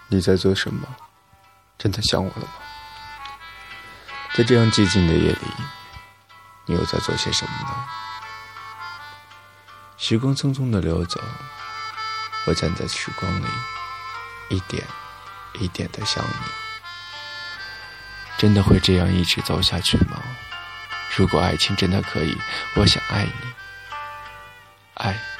你在做什么？真的想我了吗？在这样寂静的夜里，你又在做些什么呢？时光匆匆地流走，我站在时光里，一点一点地想你。真的会这样一直走下去吗？如果爱情真的可以，我想爱你，爱